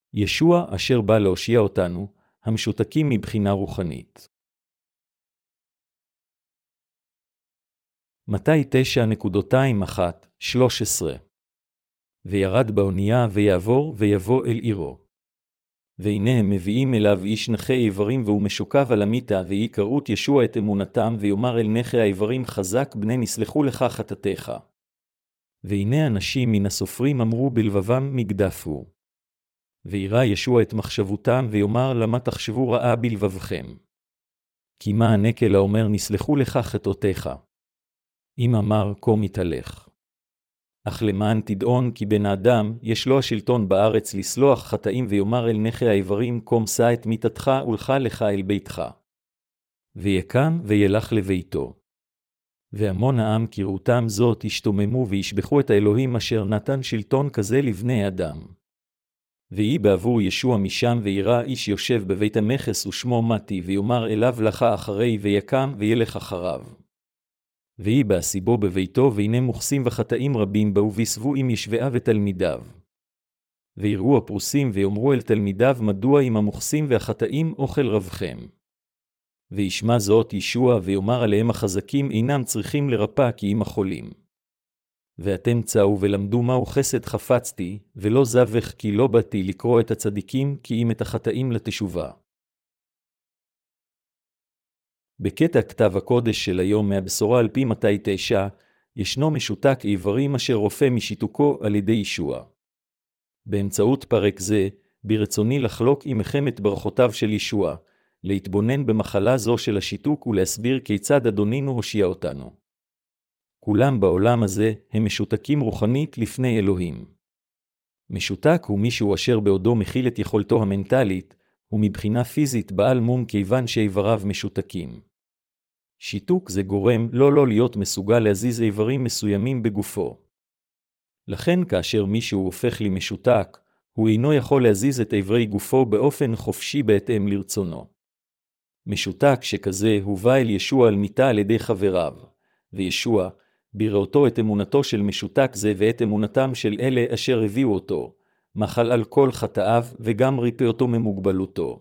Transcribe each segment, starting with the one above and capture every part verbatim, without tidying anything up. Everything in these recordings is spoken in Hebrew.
ישוע אשר בא להושיע אותנו, המשותקים מבחינה רוחנית. מתי תשע אחת שלוש עשרה וירד באונייה ויעבור ויבוא אל עירו. והנה הם מביאים אליו איש נכה איברים והוא משוקב על המיטה, ויקראו ישוע את אמונתם ויאמר אל נכה האיברים חזק בני נסלחו לך חטאתיך. והנה אנשים מן הסופרים אמרו בלבבם מגדף הוא. וירא ישוע את מחשבותם ויאמר למה תחשבו רעה בלבבכם. כי מה הנקל האומר נסלחו לך חטאותיך. אם אמר כה מתהלך. אך למען תדעון כי בן האדם יש לו השלטון בארץ לסלוח חטאים, ויאמר אל נכה האיברים קום שא את מיטתך ולך לך אל ביתך. ויקם וילך לביתו. והמון העם כראותם זאת השתוממו וישבחו את האלוהים אשר נתן שלטון כזה לבני אדם. ויהי בעבור ישוע משם וירא איש יושב בבית המכס ושמו מתי, ויאמר אליו לך אחרי, ויקם וילך אחריו. ויהי בעשיבו בביתו, והנה מוכסים וחטאים רבים באו ויסבו עם ישבעיו ותלמידיו. ויראו הפרוסים ויאמרו אל תלמידיו מדוע עם המוכסים והחטאים אוכל רבכם. וישמע זאת ישוע ויאמר עליהם החזקים אינם צריכים לרפא כי אם החולים. ואתם צאו ולמדו מהו חסד חפצתי, ולא זבח כי לא באתי לקרוא את הצדיקים כי אם את החטאים לתשובה. בקטע כתב הקודש של היום מהבשורה על פי מתי תשע, ישנו משותק איברים אשר רופא משיתוקו על ידי ישוע. באמצעות פרק זה, ברצוני לחלוק עמכם את ברכותיו של ישוע, להתבונן במחלה זו של השיתוק ולהסביר כיצד אדונינו הושיע אותנו. כולם בעולם הזה הם משותקים רוחנית לפני אלוהים. משותק הוא מישהו אשר בעודו מכיל את יכולתו המנטלית, ומבחינה פיזית בעל מום כיוון שאיבריו משותקים. שיתוק זה גורם לא לא להיות מסוגל להזיז איברים מסוימים בגופו. לכן כאשר מישהו הופך לי משותק, הוא אינו יכול להזיז את איברי גופו באופן חופשי בהתאם לרצונו. משותק שכזה הובא אל ישוע על מיטה על ידי חבריו, וישוע, בראותו את אמונתו של משותק זה ואת אמונתם של אלה אשר הביאו אותו, מחל על כל חטאיו וגם ריפא אותו ממוגבלותו.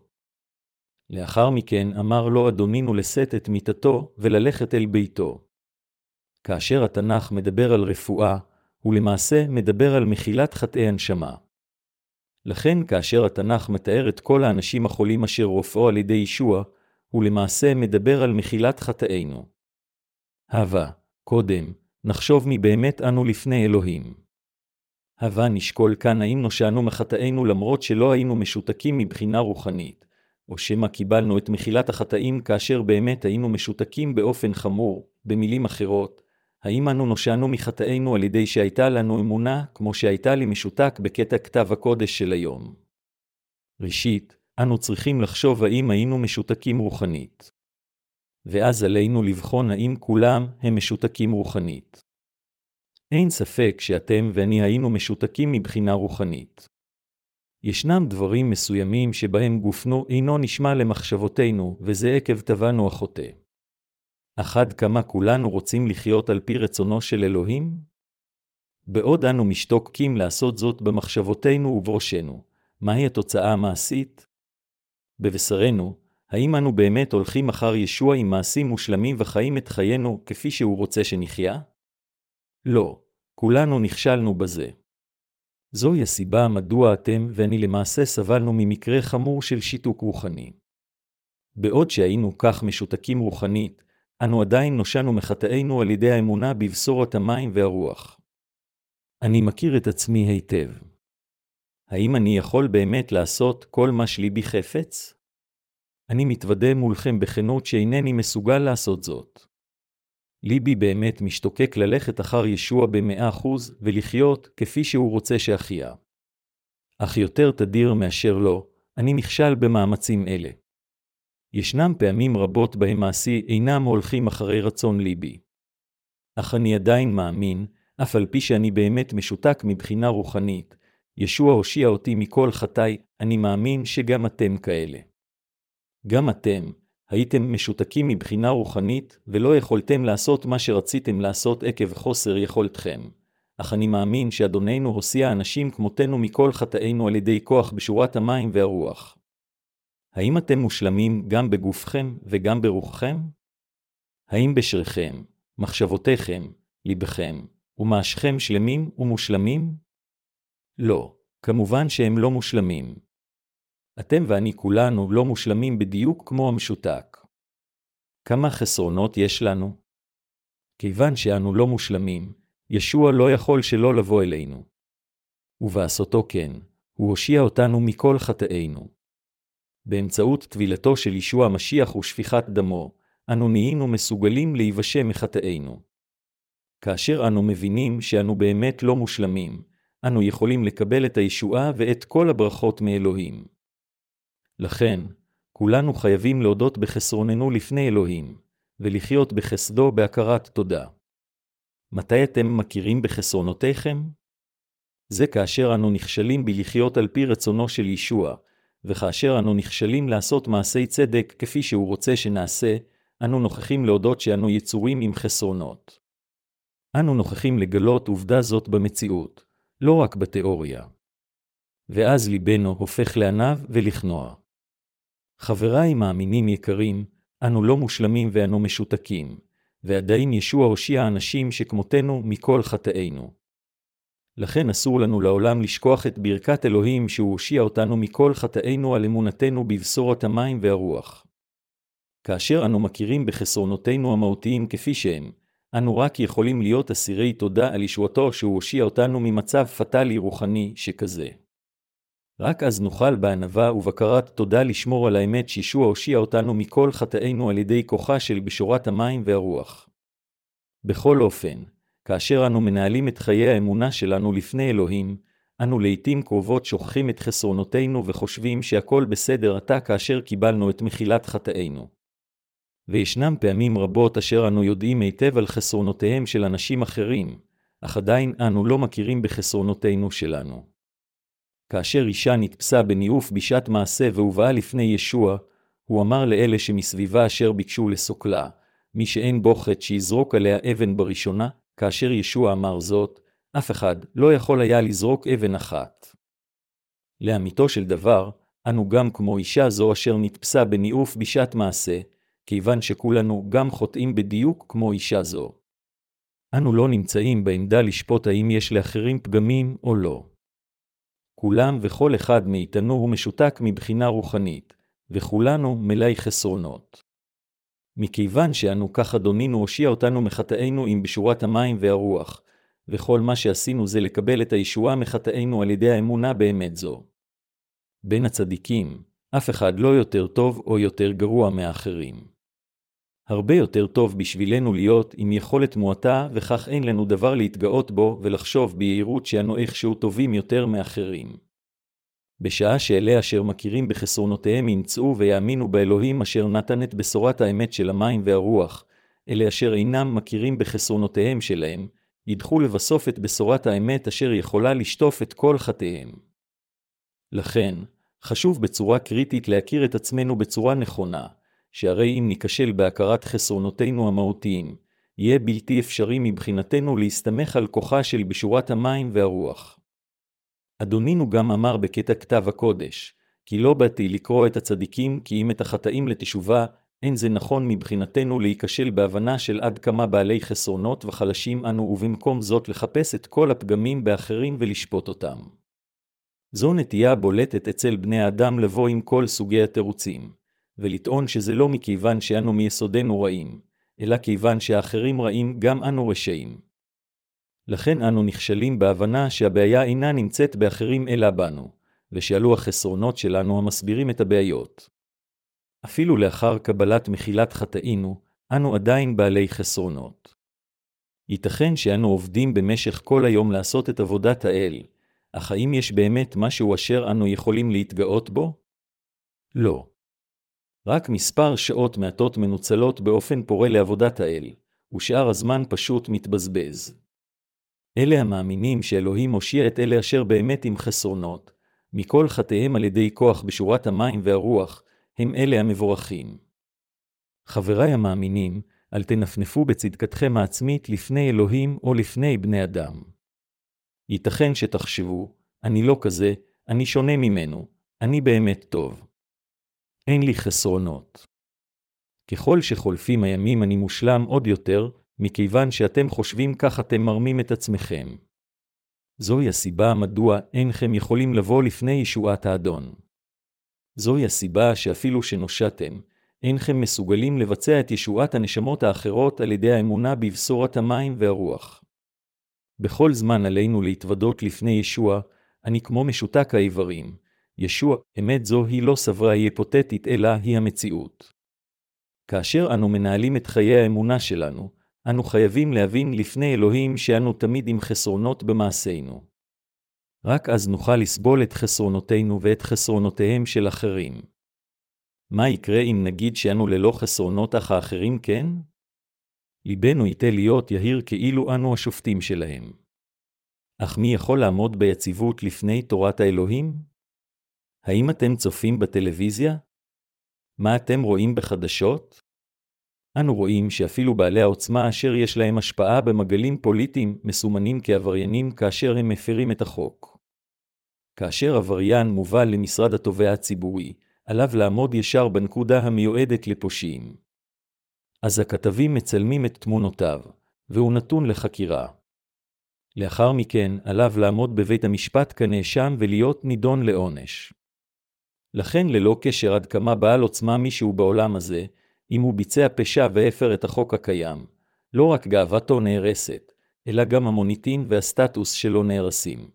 לאחר מכן אמר לו אדונינו לשאת את מיטתו וללכת אל ביתו. כאשר התנ"ך מדבר על רפואה, הוא למעשה מדבר על מחילת חטאי הנשמה. לכן כאשר התנ"ך מתאר את כל האנשים החולים אשר רופאו על ידי ישוע, הוא למעשה מדבר על מחילת חטאינו. הווה, קודם, נחשוב מי באמת אנו לפני אלוהים. הווה נשקול כאן האם נושענו מחטאינו למרות שלא היינו משותקים מבחינה רוחנית, או שמה קיבלנו את מחילת החטאים כאשר באמת היינו משותקים באופן חמור. במילים אחרות, האם אנו נושענו מחטאינו על ידי שהייתה לנו אמונה כמו שהייתה לי משותק בקטע כתב הקודש של היום. ראשית, אנו צריכים לחשוב האם היינו משותקים רוחנית. ואז עלינו לבחון האם כולם הם משותקים רוחנית. אין ספק שאתם ואני היינו משותקים מבחינה רוחנית. ישנם דברים מסוימים שבהם גופנו אינו נשמע למחשבותינו, וזה עקב טבענו החוטא. אך עד כמה כולנו רוצים לחיות על פי רצונו של אלוהים? בעוד אנו משתוקקים לעשות זאת במחשבותינו ובראשנו, מהי התוצאה המעשית? בבשרנו, האם אנו באמת הולכים אחר ישוע עם מעשים מושלמים וחיים את חיינו כפי שהוא רוצה שנחיה? לא, כולנו נכשלנו בזה. זוהי הסיבה מדוע אתם ואני למעשה סבלנו ממקרה חמור של שיתוק רוחני. בעוד שהיינו כך משותקים רוחנית, אנו עדיין נושענו מחטאינו על ידי האמונה בבשורת המים והרוח. אני מכיר את עצמי היטב. האם אני יכול באמת לעשות כל מה שליבי חפץ? אני מתוודה מולכם בכנות שאינני מסוגל לעשות זאת. ליבי באמת משתוקק ללכת אחר ישוע במאה אחוז ולחיות כפי שהוא רוצה שאחיה. אך יותר תדיר מאשר לא, אני נכשל במאמצים אלה. ישנם פעמים רבות בהם מעשי אינם הולכים אחרי רצון ליבי. אך אני עדיין מאמין, אף על פי שאני באמת משותק מבחינה רוחנית, ישוע הושיע אותי מכל חטאי, אני מאמין שגם אתם כאלה. גם אתם, הייתם משותקים מבחינה רוחנית ולא יכולתם לעשות מה שרציתם לעשות עקב חוסר יכולתכם. אך אני מאמין שאדוננו הושיע אנשים כמותנו מכל חטאינו על ידי כוח בשורת המים והרוח. האם אתם מושלמים גם בגופכם וגם ברוחכם? האם בשריכם, מחשבותיכם, ליבכם, ומעשכם שלמים ומושלמים? לא, כמובן שהם לא מושלמים. אתם ואני כולנו לא מושלמים בדיוק כמו המשותק. כמה חסרונות יש לנו? כיוון שאנו לא מושלמים, ישוע לא יכול שלא לבוא אלינו. ובעשותו כן, הוא הושיע אותנו מכל חטאינו. באמצעות טבילתו של ישוע המשיח ושפיכת דמו, אנו נהיינו מסוגלים להיוושע מחטאינו. כאשר אנו מבינים שאנו באמת לא מושלמים, אנו יכולים לקבל את הישועה ואת כל הברכות מאלוהים. לכן, כולנו חייבים להודות בחסרוננו לפני אלוהים, ולחיות בחסדו בהכרת תודה. מתי אתם מכירים בחסרונותיכם? זה כאשר אנו נכשלים בלחיות על פי רצונו של ישוע, וכאשר אנו נכשלים לעשות מעשי צדק כפי שהוא רוצה שנעשה, אנו נוכחים להודות שאנו יצורים עם חסרונות. אנו נוכחים לגלות עובדה זאת במציאות, לא רק בתיאוריה. ואז ליבנו הופך לענב ולכנוע. חבריי מאמינים יקרים, אנו לא מושלמים ואנו משותקים, ועדיין ישוע הושיע אנשים שכמותנו מכל חטאינו. לכן אסור לנו לעולם לשכוח את ברכת אלוהים שהוא הושיע אותנו מכל חטאינו על אמונתנו בבשורת המים והרוח. כאשר אנו מכירים בחסרונותינו המהותיים כפי שהם, אנו רק יכולים להיות אסירי תודה על ישועתו שהוא הושיע אותנו ממצב פטלי רוחני שכזה. רק אז נוכל בענווה ובקרת תודה לשמור על האמת שישוע הושיע אותנו מכל חטאינו על ידי כוחה של בשורת המים והרוח. בכל אופן, כאשר אנו מנהלים את חיי האמונה שלנו לפני אלוהים, אנו לעתים קרובות שוכחים את חסרונותינו וחושבים שהכל בסדר עתה כאשר קיבלנו את מחילת חטאינו. וישנם פעמים רבות אשר אנו יודעים היטב על חסרונותיהם של אנשים אחרים, אך עדיין אנו לא מכירים בחסרונותינו שלנו. כאשר אישה נתפסה בניאוף בשעת מעשה והובאה לפני ישוע, הוא אמר לאלה שמסביבה אשר ביקשו לסוקלה, מי שאין בו חטא שיזרוק עליה אבן בראשונה. כאשר ישוע אמר זאת, אף אחד לא יכול היה לזרוק אבן אחת. לאמיתו של דבר, אנו גם כמו אישה זו אשר נתפסה בניאוף בשעת מעשה, כיוון שכולנו גם חוטאים בדיוק כמו אישה זו. אנו לא נמצאים בעמדה לשפוט האם יש לאחרים פגמים או לא. כולם וכל אחד מאיתנו הוא משותק מבחינה רוחנית, וכולנו מלאי חסרונות. מכיוון שאנו כך אדונינו הושיע אותנו מחטאינו עם בשורת המים והרוח, וכל מה שעשינו זה לקבל את הישועה מחטאינו על ידי האמונה באמת זו. בין הצדיקים, אף אחד לא יותר טוב או יותר גרוע מאחרים. הרבה יותר טוב בשבילנו להיות עם יכולת מועטה, וכך אין לנו דבר להתגאות בו ולחשוב ביהירות שאנו איכשהו טובים יותר מאחרים. בשעה שאלה אשר מכירים בחסרונותיהם ימצאו ויאמינו באלוהים אשר נתן את בשורת האמת של המים והרוח, אלה אשר אינם מכירים בחסרונותיהם שלהם, ידחו לבסוף את בשורת האמת אשר יכולה לשטוף את כל חטאיהם. לכן, חשוב בצורה קריטית להכיר את עצמנו בצורה נכונה, שהרי אם ניכשל בהכרת חסרונותינו המהותיים, יהיה בלתי אפשרי מבחינתנו להסתמך על כוחה של בשורת המים והרוח. אדונינו גם אמר בקטע כתב הקודש, כי לא באתי לקרוא את הצדיקים כי אם את החטאים לתשובה, אין זה נכון מבחינתנו להיכשל בהבנה של עד כמה בעלי חסרונות וחלשים אנו ובמקום זאת לחפש את כל הפגמים באחרים ולשפוט אותם. זו נטייה בולטת אצל בני האדם לבוא עם כל סוגי התירוצים, ולטעון שזה לא מכיוון שאנו מיסודנו רעים, אלא כיוון שהאחרים רעים גם אנו רשעים. לכן אנו נכשלים בהבנה שהבעיה אינה נמצאת באחרים אלא בנו, ושאלו החסרונות שלנו המסבירים את הבעיות. אפילו לאחר קבלת מחילת חטאינו, אנו עדיין בעלי חסרונות. ייתכן שאנו עובדים במשך כל היום לעשות את עבודת האל, אך האם יש באמת משהו אשר אנו יכולים להתגאות בו? לא. רק מספר שעות מעטות מנוצלות באופן פורה לעבודת האל, ושאר הזמן פשוט מתבזבז. אלה המאמינים שאלוהים הושיע את אלה אשר באמת עם חסרונות, מכל חטאיהם על ידי כוח בשורת המים והרוח, הם אלה המבורכים. חבריי המאמינים, אל תנפנפו בצדקתכם העצמית לפני אלוהים או לפני בני אדם. ייתכן שתחשבו, אני לא כזה, אני שונה ממנו, אני באמת טוב. אין לי חסרונות. ככל שחולפים הימים אני מושלם עוד יותר, מכיוון שאתם חושבים כך אתם מרמים את עצמכם. זוהי הסיבה מדוע אינכם יכולים לבוא לפני ישועת האדון. זוהי הסיבה שאפילו שנושעתם, אינכם מסוגלים לבצע את ישועת הנשמות האחרות על ידי האמונה בבשורת המים והרוח. בכל זמן עלינו להתוודות לפני ישוע, אני כמו משותק האיברים. ישוע, אמת זו היא לא סברה היפותטית אלא היא המציאות. כאשר אנו מנהלים את חיי האמונה שלנו, אנו חייבים להבין לפני אלוהים שאנו תמיד עם חסרונות במעשינו. רק אז נוכל לסבול את חסרונותינו ואת חסרונותיהם של אחרים. מה יקרה אם נגיד שאנו ללא חסרונות אך האחרים כן? ליבנו ייתה להיות יהיר כאילו אנו השופטים שלהם. אך מי יכול לעמוד ביציבות לפני תורת האלוהים? האם אתם צופים בטלוויזיה? מה אתם רואים בחדשות? אנו רואים שאפילו בעלי העוצמה אשר יש להם השפעה במגלים פוליטיים מסומנים כעבריינים כאשר הם מפרים את החוק. כאשר עבריין מובל למשרד התובע הציבורי, עליו לעמוד ישר בנקודה המיועדת לפושעים. אז הכתבים מצלמים את תמונותיו, והוא נתון לחקירה. לאחר מכן, עליו לעמוד בבית המשפט כנאשם ולהיות נידון לעונש. לכן ללא קשר עד כמה בעל עוצמה מישהו בעולם הזה, אם הוא ביצע פשע והפר את החוק הקיים, לא רק גאוותו נהרסת, אלא גם המוניטין והסטטוס שלו נהרסים.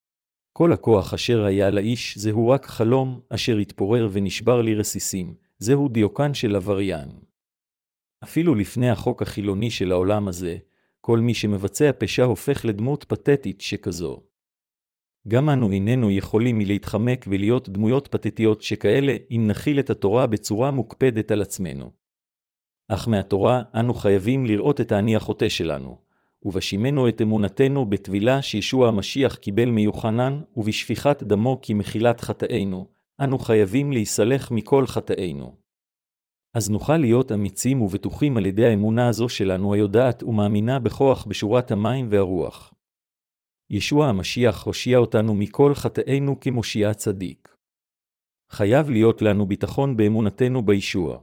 כל הכוח אשר היה לאיש זהו רק חלום אשר התפורר ונשבר לרסיסים, זהו דיוקן של עבריין. אפילו לפני החוק החילוני של העולם הזה, כל מי שמבצע פשע הופך לדמות פתטית שכזו. גם אנו איננו יכולים להתחמק ולהיות דמויות פתטיות שכאלה אם נחיל את התורה בצורה מוקפדת על עצמנו. אך מהתורה אנו חייבים לראות את האני החוטא שלנו, ובשימנו את אמונתנו בטבילה שישוע המשיח קיבל מיוחנן ובשפיכת דמו כמחילת חטאינו, אנו חייבים להיסלח מכל חטאינו. אז נוכל להיות אמיצים ובטוחים על ידי האמונה הזו שלנו היודעת ומאמינה בכוח בשורת המים והרוח. ישוע המשיח הושיע אותנו מכל חטאינו כמושיע צדיק. חייב להיות לנו ביטחון באמונתנו בישוע.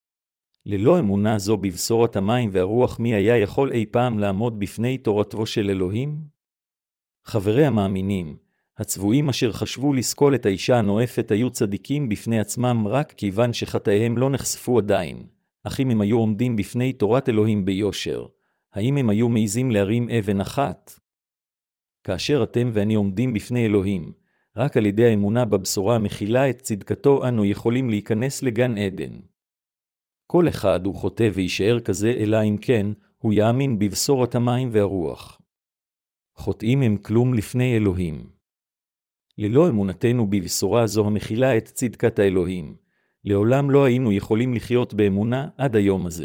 ללא אמונה זו בבשורת המים והרוח מי היה יכול אי פעם לעמוד בפני תורתו של אלוהים? חברי המאמינים, הצבועים אשר חשבו לסקול את האישה הנואפת היו צדיקים בפני עצמם רק כיוון שחטאיהם לא נחשפו עדיין, אך אם הם היו עומדים בפני תורת אלוהים ביושר, האם הם היו מעיזים להרים אבן אחת? כאשר אתם ואני עומדים בפני אלוהים, רק על ידי האמונה בבשורה המכילה את צדקתו אנו יכולים להיכנס לגן עדן. כל אחד הוא חוטא וישאר כזה אלא אם כן, הוא יאמין בבשורת המים והרוח. חוטאים הם כלום לפני אלוהים. ללא אמונתנו בבשורה זו המכילה את צדקת האלוהים, לעולם לא היינו יכולים לחיות באמונה עד היום הזה.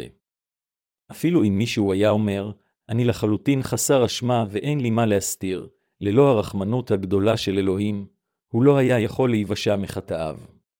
אפילו אם מישהו היה אומר, אני לחלוטין חסר אשמה ואין לי מה להסתיר, ללא הרחמנות הגדולה של אלוהים, הוא לא היה יכול להיוושע מחטאיו.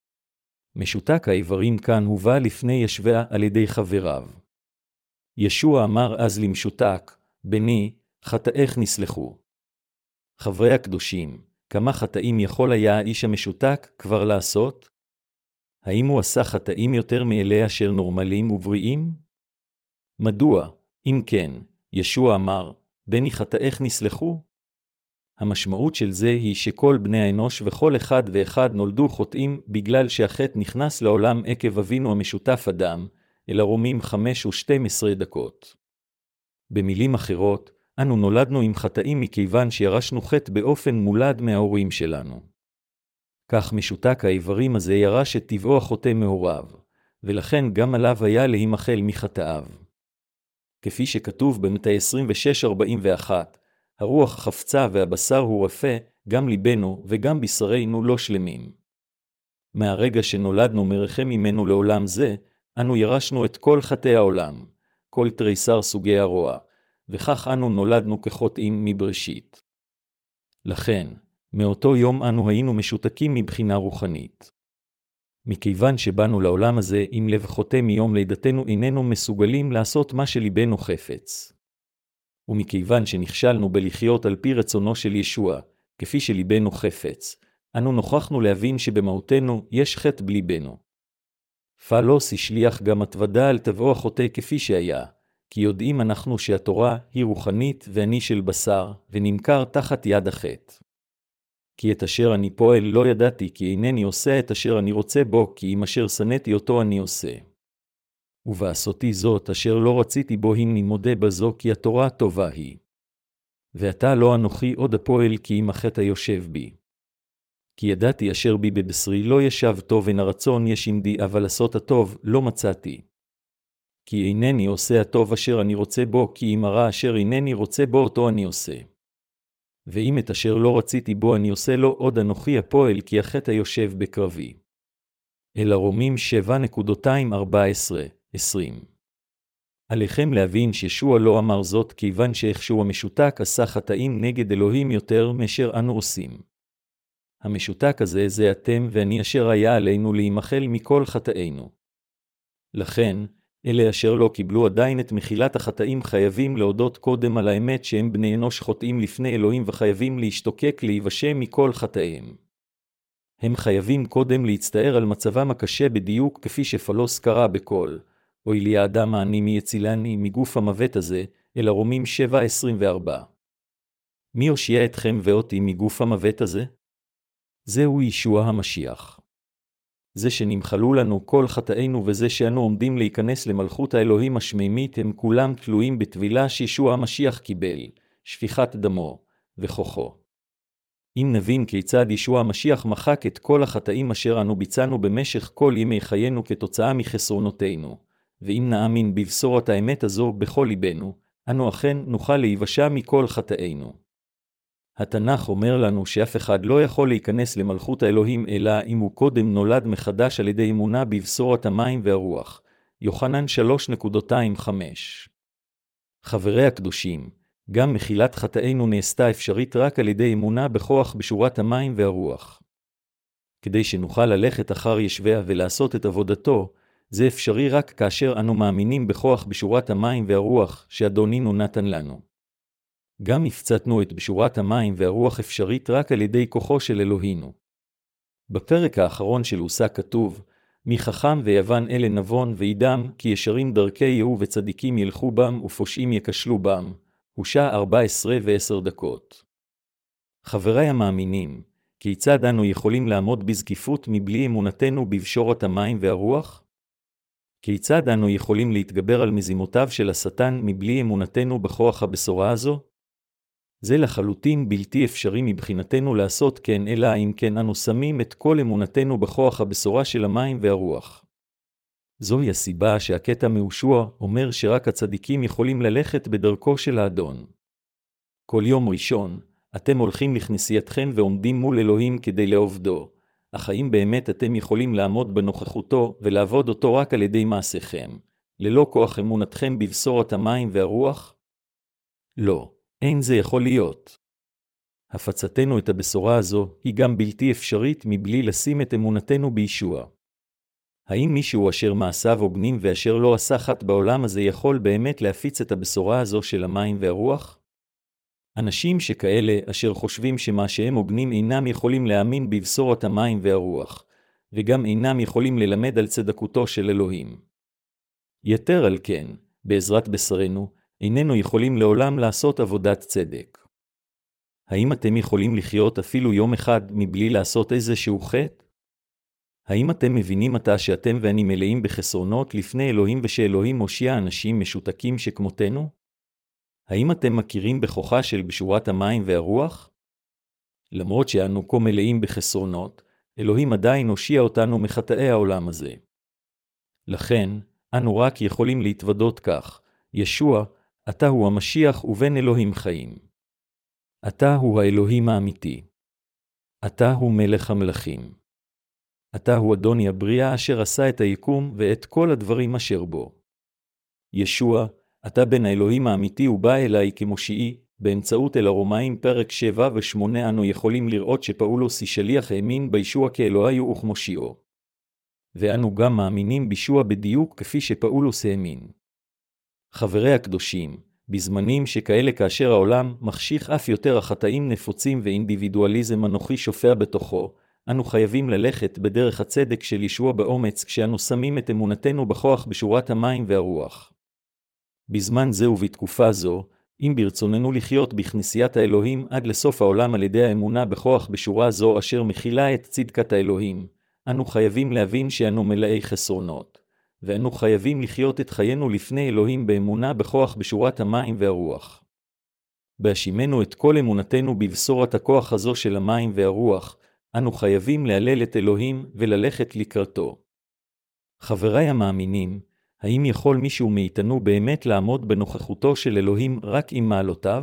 משותק האיברים כאן הובא לפני ישביה על ידי חבריו. ישוע אמר אז למשותק, בני, חטאיך נסלחו. חברי הקדושים, כמה חטאים יכול היה האיש המשותק כבר לעשות? האם הוא עשה חטאים יותר מאלה אשר נורמליים ובריאים? מדוע, אם כן, ישוע אמר, בני חטאיך נסלחו? המשמעות של זה היא שכל בני האנוש וכל אחד ואחד נולדו חוטאים בגלל שהחטא נכנס לעולם עקב אבינו המשותף אדם, אל הרומים חמש ושתים עשרה דקות. במילים אחרות, אנו נולדנו עם חטאים מכיוון שירשנו חטא באופן מולד מההורים שלנו. כך משותק האיברים הזה ירש את טבעו החוטא מהוריו, ולכן גם עליו היה להימחל מחטאיו. כפי שכתוב במתי עשרים ושש ארבעים ואחת, הרוח חפצה והבשר הוא רפה, גם ליבנו וגם בשרנו לא שלמים. מהרגע שנולדנו מרחם ממנו לעולם זה, אנו ירשנו את כל חטאי העולם, כל תריסר סוגי הרוע, וכך אנו נולדנו כחוטאים מבראשית. לכן, מאותו יום אנו היינו משותקים מבחינה רוחנית. מכיוון שבאנו לעולם הזה עם לב חוטא מיום לידתנו איננו מסוגלים לעשות מה שליבנו חפץ. ומכיוון שנכשלנו בלחיות על פי רצונו של ישוע, כפי שליבנו חפץ, אנו נוכחנו להבין שבמהותנו יש חטא בליבנו. פאולוס השליח גם התוודה על טבעו החוטא כפי שהיה, כי יודעים אנחנו שהתורה היא רוחנית ואני של בשר, ונמכר תחת יד החטא. כי את אשר אני פועל לא ידעתי, כי אינני עושה את אשר אני רוצה בו, כי אם אשר שנאתי אותו אני עושה. ובעשותי זאת אשר לא רציתי בו הני מודה בזו, כי התורה טובה היא. ועתה לא אנוכי עוד הפועל, כי אם החטא היושב בי. כי ידעתי אשר בי בבשרי לא ישב טוב, אין הרצון יש עמדי, אבל לעשות הטוב לא מצאתי. כי אינני עושה הטוב אשר אני רוצה בו, כי אם הרע אשר אינני רוצה בו אותו אני עושה. ואם את אשר לא רציתי בו אני עושה לו, עוד אנוכי הפועל, כי החטא היושב בקרבי. אל הרומים שבע ארבע עשרה עשרים. עליכם להבין שישוע לא אמר זאת כיוון שאיכשהו המשותק עשה חטאים נגד אלוהים יותר מאשר אנו עושים. המשותק הזה זה אתם ואני, אשר היה עלינו להימחל מכל חטאינו. לכן, אלה אשר לא קיבלו עדיין את מחילת החטאים חייבים להודות קודם על האמת שהם בני אנוש חוטאים לפני אלוהים, וחייבים להשתוקק להיוושע מכל חטאיהם. הם חייבים קודם להצטער על מצבם הקשה בדיוק כפי שפאולוס קרא בקול, אוי לי האדם העני מי יצילני מגוף המוות הזה, אל הרומים שבע עשרים וארבע. מי הושיע אתכם ואותי מגוף המוות הזה? זהו ישוע המשיח. זה שנמחלו לנו כל חטאינו וזה שאנו עומדים להיכנס למלכות האלוהים השמימית, הם כולם תלויים בטבילה שישוע המשיח קיבל, שפיכת דמו וכוחו. אם נבין כיצד ישוע המשיח מחק את כל החטאים אשר אנו ביצענו במשך כל ימי חיינו כתוצאה מחסרונותינו, ואם נאמין בבשורת האמת הזו בכל ליבנו, אנו אכן נוכל להיוושע מכל חטאינו. התנ"ך אומר לנו שאף אחד לא יכול להיכנס למלכות האלוהים אלא אם הוא קודם נולד מחדש על ידי אמונה בבשורת המים והרוח. יוחנן שלוש חמש. חברי הקדושים, גם מחילת חטאינו נעשתה אפשרית רק על ידי אמונה בכוח בשורת המים והרוח. כדי שנוכל ללכת אחר ישוע ולעשות את עבודתו, זה אפשרי רק כאשר אנו מאמינים בכוח בשורת המים והרוח שאדונינו נתן לנו. גם הפצתנו את בשורת המים והרוח אפשרית רק על ידי כוחו של אלוהינו. בפרק האחרון של עושה כתוב, מי חכם ויבן אלה נבון וידם, כי ישרים דרכי יהיו וצדיקים ילכו בם ופושעים יקשלו בם. הושע ארבע עשרה ועשר דקות. חברי המאמינים, כיצד אנו יכולים לעמוד בזקיפות מבלי אמונתנו בבשורת המים והרוח? כיצד אנו יכולים להתגבר על מזימותיו של השטן מבלי אמונתנו בכוח הבשורה הזו? זה לחלוטין בלתי אפשרי מבחינתנו לעשות כן, אלא אם כן אנו שמים את כל אמונתנו בכוח הבשורה של המים והרוח. זוהי הסיבה שהקטע מיהושע אומר שרק הצדיקים יכולים ללכת בדרכו של האדון. כל יום ראשון, אתם הולכים לכנסייתכם ועומדים מול אלוהים כדי לעובדו, אך האם באמת אתם יכולים לעמוד בנוכחותו ולעבוד אותו רק על ידי מעשיכם, ללא כוח אמונתכם בבשורת המים והרוח? לא. אין זה יכול להיות. הפצתנו את הבשורה הזו היא גם בלתי אפשרית מבלי לשים את אמונתנו בישוע. האם מישהו אשר מעשיו הוגנים ואשר לא עשה חטא בעולם הזה יכול באמת להפיץ את הבשורה הזו של המים והרוח? אנשים שכאלה אשר חושבים שמה שהם הוגנים אינם יכולים להאמין בבשורת המים והרוח, וגם אינם יכולים ללמד על צדקותו של אלוהים. יתר על כן, בעזרת בשרנו, איננו יכולים לעולם לעשות עבודת צדק. האם אתם יכולים לחיות אפילו יום אחד מבלי לעשות איזשהו חטא? האם אתם מבינים עתה שאתם ואני מלאים בחסרונות לפני אלוהים ושאלוהים מושיע אנשים משותקים שכמותנו? האם אתם מכירים בכוחה של בשורת המים והרוח? למרות שאנו כה מלאים בחסרונות, אלוהים עדיין הושיע אותנו מחטאי העולם הזה. לכן, אנו רק יכולים להתוודות כך, ישוע, אתה הוא המשיח ובן אלוהים חיים. אתה הוא האלוהים האמיתי. אתה הוא מלך המלכים. אתה הוא אדוני הבריאה אשר עשה את היקום ואת כל הדברים אשר בו. ישוע, אתה בן האלוהים האמיתי ובא אליי כמושיעי, באמצעות אל הרומאים פרק שבע ושמונה אנו יכולים לראות שפאולוס שליח האמין בישוע כאלוהיו וכמושיעו. ואנו גם מאמינים בישוע בדיוק כפי שפאולוס האמין. חברי הקדושים, בזמנים שכאלה כאשר העולם מחשיך אף יותר החטאים נפוצים ואינדיבידואליזם אנוכי שופע בתוכו, אנו חייבים ללכת בדרך הצדק של ישוע באומץ כשאנו שמים את אמונתנו בכוח בשורת המים והרוח. בזמן זה ובתקופה זו, אם ברצוננו לחיות בכנסיית האלוהים עד לסוף העולם על ידי האמונה בכוח בשורה זו אשר מכילה את צדקת האלוהים, אנו חייבים להבין שאנו מלאי חסרונות, ואנו חייבים לחיות את חיינו לפני אלוהים באמונה בכוח בשורת המים והרוח. בהשימנו את כל אמונתנו בבשורת הכוח הזו של המים והרוח, אנו חייבים להלל את אלוהים וללכת לקראתו. חבריי המאמינים, האם יכול מישהו מאיתנו באמת לעמוד בנוכחותו של אלוהים רק עם מעלותיו?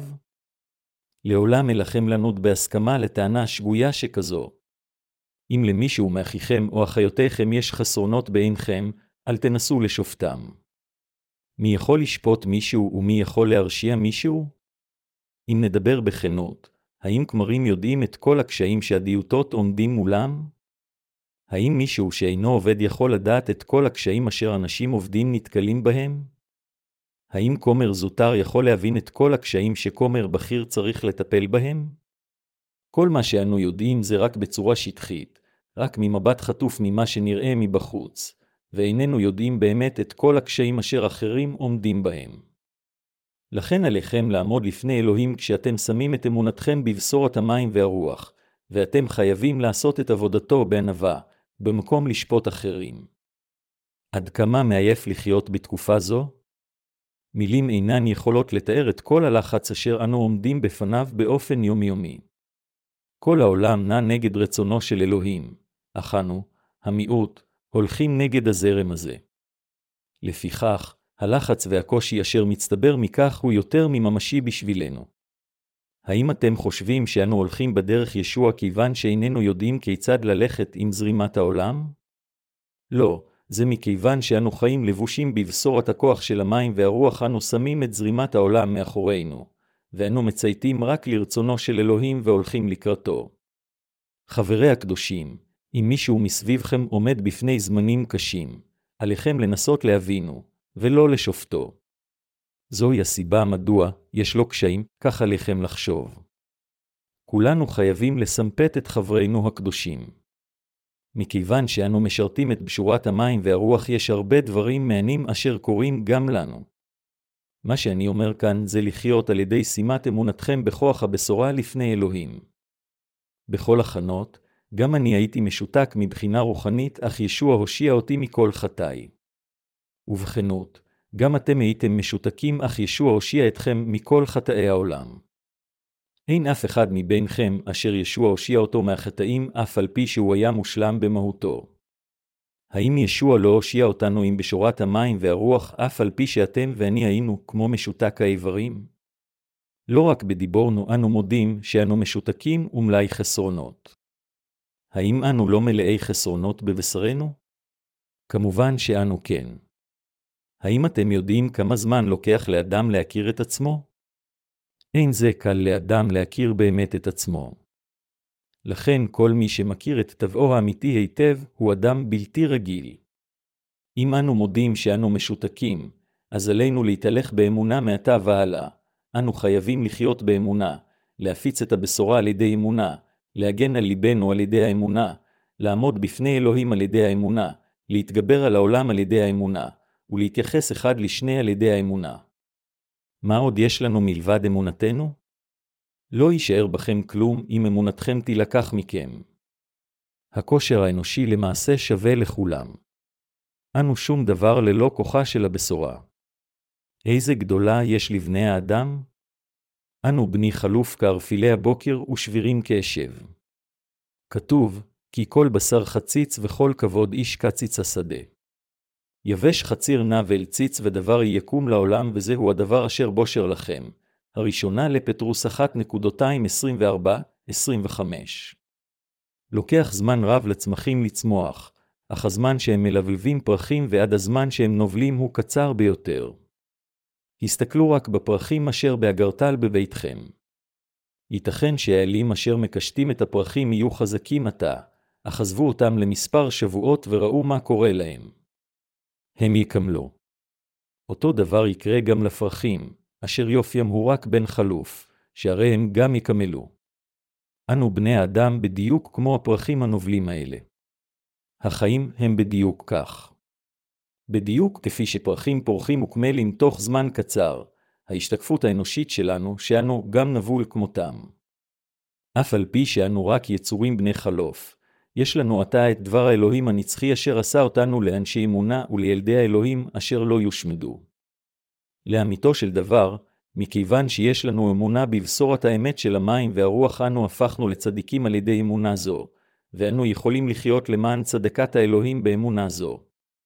לעולם אלחם לנות בהסכמה לטענה שגויה שכזו. אם למישהו מאחיכם או אחיותיכם יש חסרונות בעינכם, אל תנסו לשופטם. מי יכול לשפוט מישהו ומי יכול להרשיע מישהו? אם נדבר בכנות, האם כמרים יודעים את כל הקשיים שהדיוטות עומדים מולם? האם מישהו שאינו עובד יכול לדעת את כל הקשיים אשר אנשים עובדים נתקלים בהם? האם כומר זוטר יכול להבין את כל הקשיים שכומר בכיר צריך לטפל בהם? כל מה שאנו יודעים זה רק בצורה שטחית, רק ממבט חטוף ממה שנראה מבחוץ, ואיננו יודעים באמת את כל הקשיים אשר אחרים עומדים בהם. לכן עליכם לעמוד לפני אלוהים כשאתם שמים את אמונתכם בבשורת המים והרוח, ואתם חייבים לעשות את עבודתו בענווה, במקום לשפוט אחרים. עד כמה מעייף לחיות בתקופה זו? מילים אינן יכולות לתאר את כל הלחץ אשר אנו עומדים בפניו באופן יומיומי. כל העולם נע נגד רצונו של אלוהים, אך אנו, המיעוט, הולכים נגד הזרם הזה. לפיכך, הלחץ והקושי אשר מצטבר מכך הוא יותר מממשי בשבילנו. האם אתם חושבים שאנו הולכים בדרך ישוע כיוון שאיננו יודעים כיצד ללכת עם זרימת העולם? לא, זה מכיוון שאנו חיים לבושים בבשורת הכוח של המים והרוח אנו שמים את זרימת העולם מאחורינו, ואנו מצייתים רק לרצונו של אלוהים והולכים לקראתו. חברי הקדושים, אם מישהו מסביבכם עומד בפני זמנים קשים, עליכם לנסות להבינו, ולא לשופטו. זוהי הסיבה מדוע יש לו קשיים, כך עליכם לחשוב. כולנו חייבים לסמפת את חברינו הקדושים. מכיוון שאנו משרתים את בשורת המים והרוח יש הרבה דברים מעניינים אשר קורים גם לנו. מה שאני אומר כאן זה לחיות על ידי שימת אמונתכם בכוח הבשורה לפני אלוהים. בכל הכנות, גם אני הייתי משותק מבחינה רוחנית, אך ישוע הושיע אותי מכל חטאי. ובכנות, גם אתם הייתם משותקים, אך ישוע הושיע אתכם מכל חטאי העולם. אין אף אחד מביניכם אשר ישוע הושיע אותו מהחטאים, אף על פי שהוא היה מושלם במהותו. האם ישוע לא הושיע אותנו עם בשורת המים והרוח, אף על פי שאתם ואני היינו כמו משותק האיברים? לא רק בדיבורנו אנו מודים שאנו משותקים ומלאי חסרונות. האם אנו לא מלאי חסרונות בבשרנו? כמובן שאנו כן. האם אתם יודעים כמה זמן לוקח לאדם להכיר את עצמו? אין זה קל לאדם להכיר באמת את עצמו. לכן כל מי שמכיר את טבעו האמיתי היטב הוא אדם בלתי רגיל. אם אנו מודים שאנו משותקים, אז עלינו להתהלך באמונה מעתה והלאה. אנו חייבים לחיות באמונה, להפיץ את הבשורה על ידי אמונה, להגן על ליבנו על ידי האמונה, לעמוד בפני אלוהים על ידי האמונה, להתגבר על העולם על ידי האמונה, ולהתייחס אחד לשני על ידי האמונה. מה עוד יש לנו מלבד אמונתנו? לא יישאר בכם כלום אם אמונתכם תילקח מכם. הכושר האנושי למעשה שווה לכולם. אנו שום דבר ללא כוחה של הבשורה. איזה גדולה יש לבני האדם? אנו בני חלוף כערפילי הבוקר ושבירים כאשב. כתוב, כי כל בשר חציץ וכל כבוד איש קציץ השדה. יבש חציר נע ואל ציץ ודבר יקום לעולם, וזהו הדבר אשר בושר לכם. הראשונה לפטרוס אחת עשרים וארבע עשרים וחמש. לוקח זמן רב לצמחים לצמוח, אך הזמן שהם מלבלבים פרחים ועד הזמן שהם נובלים הוא קצר ביותר. הסתכלו רק בפרחים אשר באגרטל בביתכם. ייתכן שהאלים אשר מקשטים את הפרחים יהיו חזקים עתה, אך עזבו אותם למספר שבועות וראו מה קורה להם. הם יקמלו. אותו דבר יקרה גם לפרחים, אשר יופיים הוא רק בן חלוף, שהרי הם גם יקמלו. אנו בני האדם בדיוק כמו הפרחים הנובלים האלה. החיים הם בדיוק כך. בדיוק כפי שפרחים פורחים וקמלים תוך זמן קצר, ההשתקפות האנושית שלנו שאנו גם נבול כמותם. אף על פי שאנו רק יצורים בני חלוף, יש לנו עתה את דבר האלוהים הנצחי אשר עשה אותנו לאנשי אמונה ולילדי האלוהים אשר לא יושמדו. לאמיתו של דבר, מכיוון שיש לנו אמונה בבשורת האמת של המים והרוח, אנו הפכנו לצדיקים על ידי אמונה זו, ואנו יכולים לחיות למען צדקת האלוהים באמונה זו.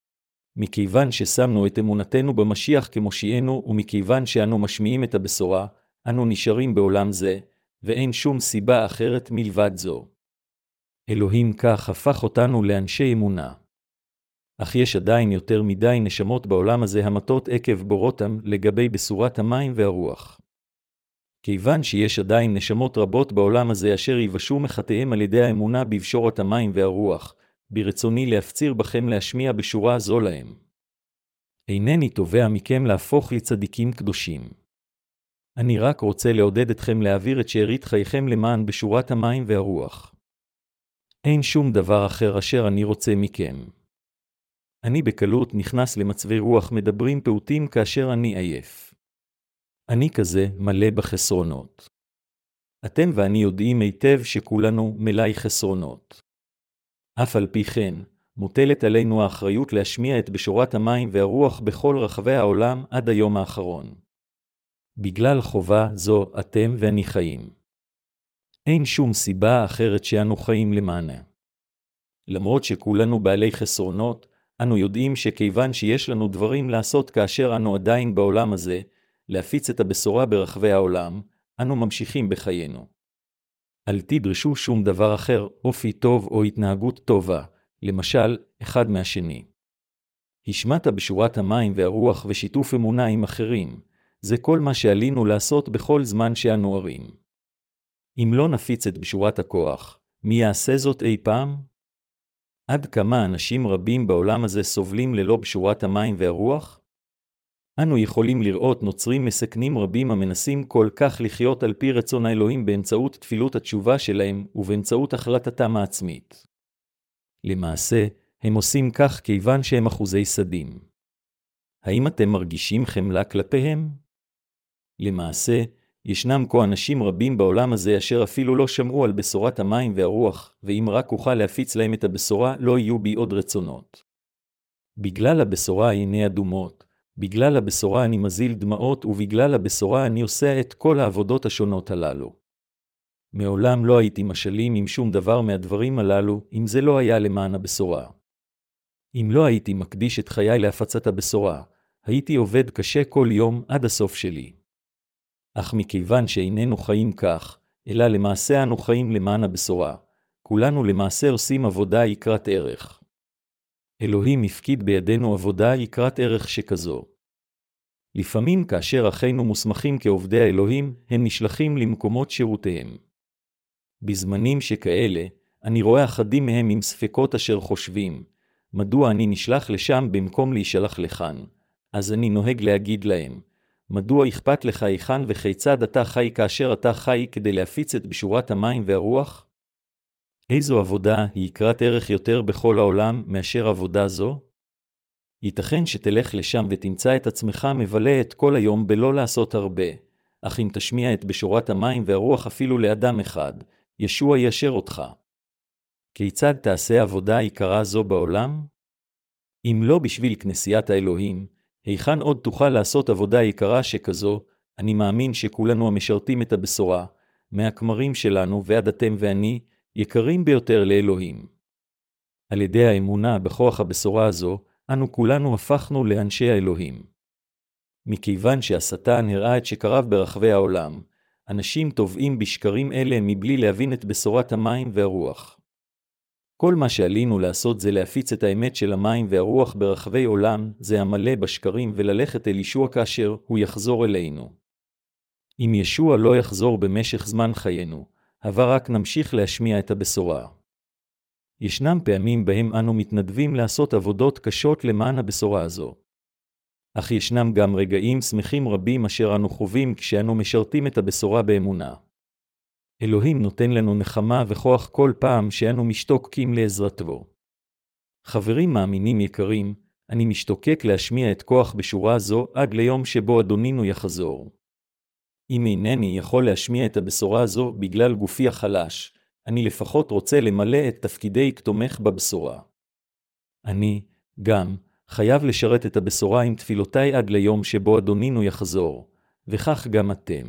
מכיוון ששמנו את אמונתנו במשיח כמושיענו, ומכיוון שאנו משמיעים את הבשורה, אנו נשארים בעולם זה, ואין שום סיבה אחרת מלבד זו. אלוהים כך הפך אותנו לאנשי אמונה. אך יש עדיין יותר מדי נשמות בעולם הזה המתות עקב בורותם לגבי בשורת המים והרוח. כיוון שיש עדיין נשמות רבות בעולם הזה אשר יבשו מחטאיהם על ידי האמונה בבשורת המים והרוח, ברצוני להפציר בכם להשמיע בשורה זו להם. אינני תובע מכם להפוך לצדיקים קדושים. אני רק רוצה לעודד אתכם להעביר את שארית חייכם למען בשורת המים והרוח. אין שום דבר אחר אשר אני רוצה מכם. אני בקלות נכנס למצבי רוח מדברים פעוטים כאשר אני עייף. אני כזה מלא בחסרונות. אתם ואני יודעים היטב שכולנו מלאי חסרונות. אף על פי כן, מוטלת עלינו האחריות להשמיע את בשורת המים והרוח בכל רחבי העולם עד היום האחרון. בגלל חובה זו אתם ואני חיים. אין שום סיבה אחרת שאנו חיים למענה. למרות שכולנו בעלי חסרונות, אנו יודעים שכיוון שיש לנו דברים לעשות כאשר אנו עדיין בעולם הזה, להפיץ את הבשורה ברחבי העולם, אנו ממשיכים בחיינו. אל תדרשו שום דבר אחר, אופי טוב או התנהגות טובה, למשל, אחד מהשני. השמעת בשורת המים והרוח ושיתוף אמונה עם אחרים, זה כל מה שעלינו לעשות בכל זמן שאנו ערים. אם לא נפיץ את בשורת הכוח, מי יעשה זאת אי פעם? עד כמה אנשים רבים בעולם הזה סובלים ללא בשורת המים והרוח? אנו יכולים לראות נוצרים מסכנים רבים המנסים כל כך לחיות על פי רצון האלוהים באמצעות תפילות התשובה שלהם ובאמצעות החלטתם העצמית. למעשה, הם עושים כך כיוון שהם אחוזי סדים. האם אתם מרגישים חמלה כלפיהם? למעשה, ישנם כה אנשים רבים בעולם הזה אשר אפילו לא שמעו על בשורת המים והרוח, ואם רק אוכל להפיץ להם את הבשורה, לא יהיו בי עוד רצונות. בגלל הבשורה עיני אדומות, בגלל הבשורה אני מזיל דמעות, ובגלל הבשורה אני עושה את כל העבודות השונות הללו. מעולם לא הייתי משלים עם שום דבר מהדברים הללו, אם זה לא היה למען הבשורה. אם לא הייתי מקדיש את חיי להפצת הבשורה, הייתי עובד קשה כל יום עד הסוף שלי. אך מכיוון שאיננו חיים כך, אלא למעשה אנו חיים למען הבשורה, כולנו למעשה עושים עבודה יקרת ערך. אלוהים הפקיד בידינו עבודה יקרת ערך שכזו. לפעמים כאשר אחינו מוסמכים כעובדי האלוהים, הם נשלחים למקומות שירותיהם. בזמנים שכאלה, אני רואה אחדים מהם עם ספקות אשר חושבים, מדוע אני נשלח לשם במקום להישלח לכאן? אז אני נוהג להגיד להם, מדוע אכפת לך היכן וכיצד אתה חי כאשר אתה חי כדי להפיץ את בשורת המים והרוח? איזו עבודה היא יקרת ערך יותר בכל העולם מאשר עבודה זו? ייתכן שתלך לשם ותמצא את עצמך מבלה את כל היום בלא לעשות הרבה, אך אם תשמיע את בשורת המים והרוח אפילו לאדם אחד, ישוע ישר אותך. כיצד תעשה עבודה יקרה זו בעולם? אם לא בשביל כנסיית האלוהים, היכן עוד תוכל לעשות עבודה יקרה שכזו? אני מאמין שכולנו המשרתים את הבשורה, מהכמרים שלנו ועד אתם ואני, יקרים ביותר לאלוהים. על ידי האמונה בכוח הבשורה הזו, אנו כולנו הפכנו לאנשי האלוהים. מכיוון שהשטן הראה את שקריו ברחבי העולם, אנשים טובעים בשקרים אלה מבלי להבין את בשורת המים והרוח. כל מה שעלינו לעשות זה להפיץ את האמת של המים והרוח ברחבי עולם, זה המלא בשקרים וללכת אל ישוע כאשר הוא יחזור אלינו. אם ישוע לא יחזור במשך זמן חיינו, הבה רק נמשיך להשמיע את הבשורה. ישנם פעמים בהם אנו מתנדבים לעשות עבודות קשות למען הבשורה הזו. אך ישנם גם רגעים שמחים רבים אשר אנו חווים כשאנו משרתים את הבשורה באמונה. אלוהים נותן לנו נחמה וכוח כל פעם שאנו משתוקקים לעזרתו. חברים מאמינים יקרים, אני משתוקק להשמיע את כוח בשורה זו עד ליום שבו אדונינו יחזור. אם אינני יכול להשמיע את הבשורה זו בגלל גופי החלש, אני לפחות רוצה למלא את תפקידי כתומך בבשורה. אני, גם, חייב לשרת את הבשורה עם תפילותיי עד ליום שבו אדונינו יחזור, וכך גם אתם.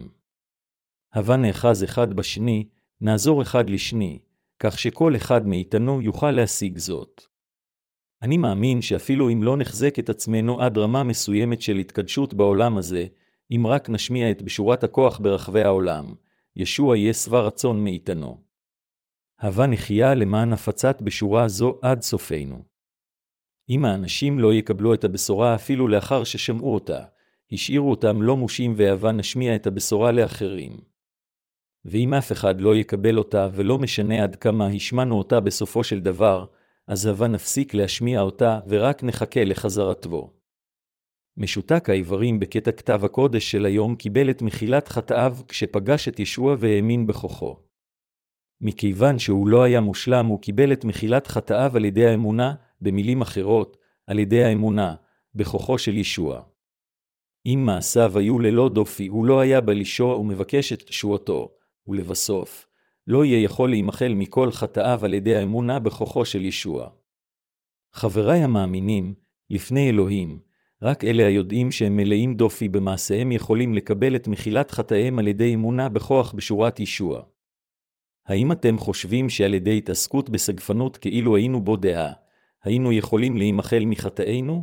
הבה נאחז אחד בשני, נעזור אחד לשני, כך שכל אחד מאיתנו יוכל להשיג זאת. אני מאמין שאפילו אם לא נחזק את עצמנו עד רמה מסוימת של התקדשות בעולם הזה, אם רק נשמיע את בשורת הכוח ברחבי העולם, ישוע יהיה שבע רצון מאיתנו. הבה נחיה למען הפצת בשורה זו עד סופנו. אם האנשים לא יקבלו את הבשורה אפילו לאחר ששמעו אותה, השאירו אותם לא מושים והבה נשמיע את הבשורה לאחרים. ואם אף אחד לא יקבל אותה ולא משנה עד כמה השמענו אותה בסופו של דבר, אז הבה נפסיק להשמיע אותה ורק נחכה לחזרתו. משותק העברים בקטע כתב הקודש של היום קיבל את מחילת חטאיו כשפגש את ישוע והאמין בכוחו. מכיוון שהוא לא היה מושלם, הוא קיבל את מחילת חטאיו על ידי האמונה, במילים אחרות, על ידי האמונה, בכוחו של ישוע. אם מעשיו היו ללא דופי, הוא לא היה בא לישוע ומבקש את ישועתו, ולבסוף, לא יהיה יכול להימחל מכל חטאיו על ידי האמונה בכוחו של ישוע. חבריי המאמינים, לפני אלוהים, רק אלה היודעים שהם מלאים דופי במעשיהם יכולים לקבל את מחילת חטאיהם על ידי אמונה בכוח בשורת ישוע. האם אתם חושבים שעל ידי התעסקות בסגפנות כאילו היינו בו דעה, היינו יכולים להימחל מחטאינו?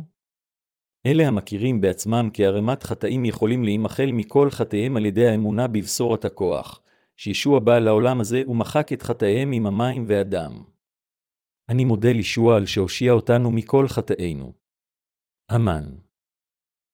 אלה המכירים בעצמם כערמת חטאים יכולים להימחל מכל חטאיהם על ידי האמונה בבשורת הכוח, שישוע בא לעולם הזה ומחק את חטאיהם עם המים והדם. אני מודה לישוע על שהושיע אותנו מכל חטאינו. אמן.